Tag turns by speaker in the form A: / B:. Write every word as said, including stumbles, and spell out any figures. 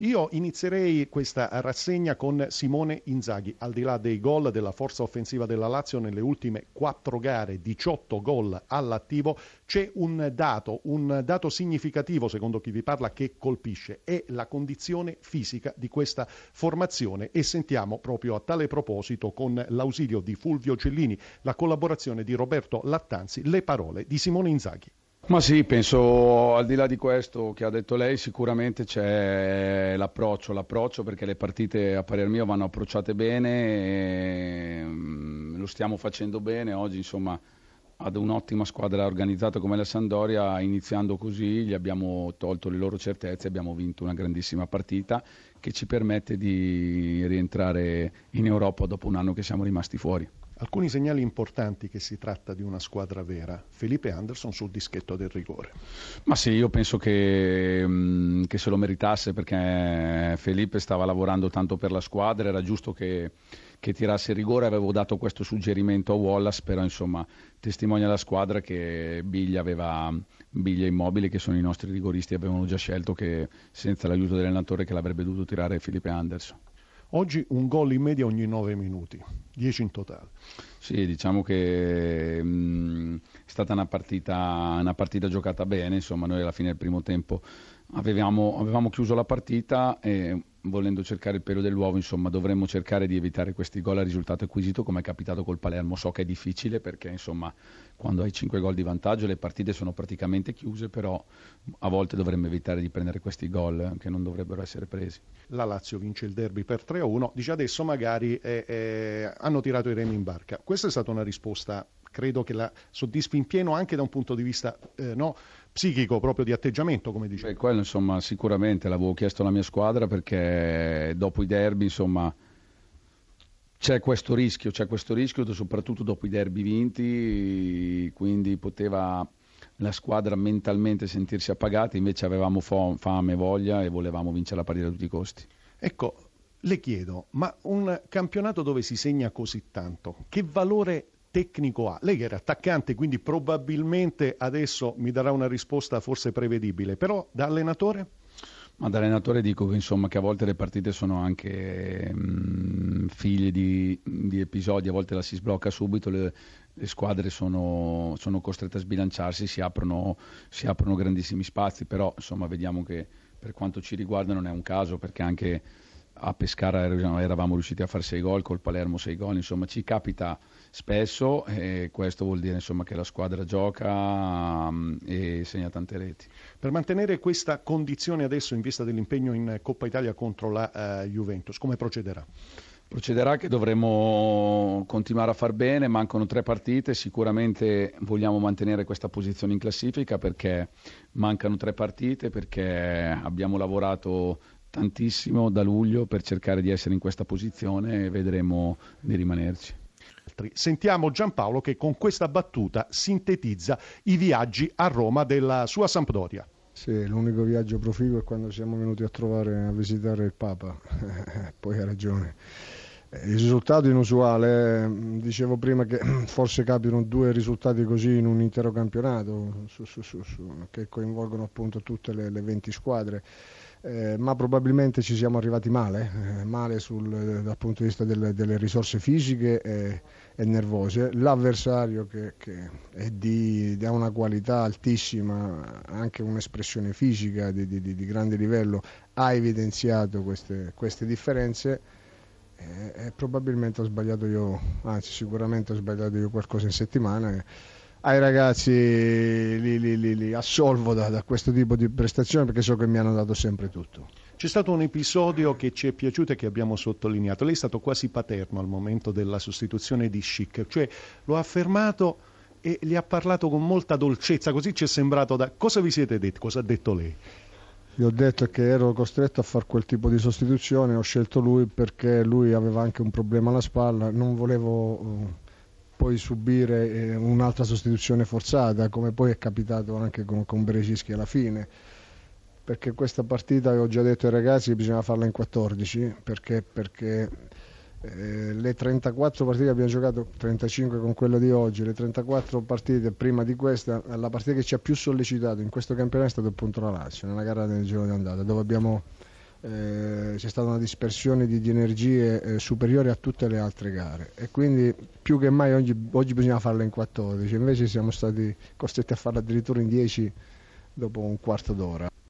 A: Io inizierei questa rassegna con Simone Inzaghi. Al di là dei gol della forza offensiva della Lazio nelle ultime quattro gare, diciotto gol all'attivo, c'è un dato, un dato significativo secondo chi vi parla che colpisce, è la condizione fisica di questa formazione e sentiamo proprio a tale proposito con l'ausilio di Fulvio Cellini, la collaborazione di Roberto Lattanzi, le parole di Simone Inzaghi.
B: Ma sì, penso al di là di questo che ha detto lei sicuramente c'è l'approccio, l'approccio perché le partite a parer mio vanno approcciate bene, e, mm, lo stiamo facendo bene, oggi insomma ad un'ottima squadra organizzata come la Sampdoria, iniziando così gli abbiamo tolto le loro certezze, abbiamo vinto una grandissima partita che ci permette di rientrare in Europa dopo un anno che siamo rimasti fuori.
A: Alcuni segnali importanti che si tratta di una squadra vera. Felipe Anderson sul dischetto del rigore.
B: Ma sì, io penso che, mh, che se lo meritasse perché Felipe stava lavorando tanto per la squadra, era giusto che, che tirasse il rigore, avevo dato questo suggerimento a Wallace, però insomma testimonia la squadra che Biglia aveva Biglia e Immobile, che sono i nostri rigoristi, avevano già scelto che senza l'aiuto dell'allenatore che l'avrebbe dovuto tirare Felipe Anderson.
A: Oggi un gol in media ogni nove minuti, dieci in totale.
B: Sì, diciamo che mh, è stata una partita, una partita giocata bene, insomma noi alla fine del primo tempo avevamo, avevamo chiuso la partita e volendo cercare il pelo dell'uovo, insomma dovremmo cercare di evitare questi gol a risultato acquisito come è capitato col Palermo. So che è difficile perché insomma quando hai cinque gol di vantaggio le partite sono praticamente chiuse, però a volte dovremmo evitare di prendere questi gol che non dovrebbero essere presi.
A: La Lazio vince il derby per tre a uno, dice adesso magari eh, eh, hanno tirato i remi in barca. Questa è stata una risposta, credo che la soddisfi in pieno anche da un punto di vista eh, no, psichico, proprio di atteggiamento, come dicevo.
B: Beh, quello insomma sicuramente l'avevo chiesto alla mia squadra perché dopo i derby insomma c'è questo rischio, c'è questo rischio soprattutto dopo i derby vinti, quindi poteva la squadra mentalmente sentirsi appagata, invece avevamo fame, voglia e volevamo vincere la partita a tutti i costi.
A: Ecco, le chiedo, ma un campionato dove si segna così tanto, che valore tecnico ha? Lei che era attaccante, quindi probabilmente adesso mi darà una risposta forse prevedibile, però da allenatore?
B: Ma da allenatore dico che, insomma, che a volte le partite sono anche mh, figlie di, di episodi, a volte la si sblocca subito, le, le squadre sono, sono costrette a sbilanciarsi, si aprono, si aprono grandissimi spazi, però insomma vediamo che per quanto ci riguarda non è un caso perché anche a Pescara eravamo riusciti a fare sei gol, col Palermo sei gol, insomma ci capita spesso e questo vuol dire insomma che la squadra gioca um, e segna tante reti.
A: Per mantenere questa condizione adesso in vista dell'impegno in Coppa Italia contro la uh, Juventus, come procederà?
B: Procederà che dovremo continuare a far bene, mancano tre partite, sicuramente vogliamo mantenere questa posizione in classifica perché mancano tre partite, perché abbiamo lavorato tantissimo da luglio per cercare di essere in questa posizione e vedremo di rimanerci.
A: Sentiamo Giampaolo che con questa battuta sintetizza i viaggi a Roma della sua Sampdoria.
C: Sì, l'unico viaggio proficuo è quando siamo venuti a trovare a visitare il Papa, poi ha ragione. Il risultato inusuale, dicevo prima che forse capitano due risultati così in un intero campionato su, su, su, su, che coinvolgono appunto tutte le, le venti squadre. Eh, ma probabilmente ci siamo arrivati male, eh, male sul, dal punto di vista delle, delle risorse fisiche e, e nervose. L'avversario che, che è di, ha una qualità altissima, anche un'espressione fisica di, di, di grande livello, ha evidenziato queste, queste differenze e, e probabilmente ho sbagliato io, anzi sicuramente ho sbagliato io qualcosa in settimana. E, ai ragazzi li, li, li, li assolvo da, da questo tipo di prestazioni perché so che mi hanno dato sempre tutto.
A: C'è stato un episodio che ci è piaciuto e che abbiamo sottolineato. Lei è stato quasi paterno al momento della sostituzione di Schick, cioè lo ha affermato e gli ha parlato con molta dolcezza, così ci è sembrato da... Cosa vi siete detti? Cosa ha detto lei?
C: Gli ho detto che ero costretto a fare quel tipo di sostituzione, ho scelto lui perché lui aveva anche un problema alla spalla, non volevo poi subire un'altra sostituzione forzata, come poi è capitato anche con, con Berezinski alla fine, perché questa partita, ho già detto ai ragazzi, che bisogna farla in quattordici, perché, perché eh, le trentaquattro partite che abbiamo giocato, trentacinque con quella di oggi, le trentaquattro partite prima di questa, la partita che ci ha più sollecitato in questo campionato è stato appunto la Lazio, nella gara del giorno di andata, dove abbiamo eh, c'è stata una dispersione di, di energie eh, superiore a tutte le altre gare, e quindi più che mai oggi, oggi bisognava farla in quattordici, invece siamo stati costretti a farla addirittura in dieci dopo un quarto d'ora.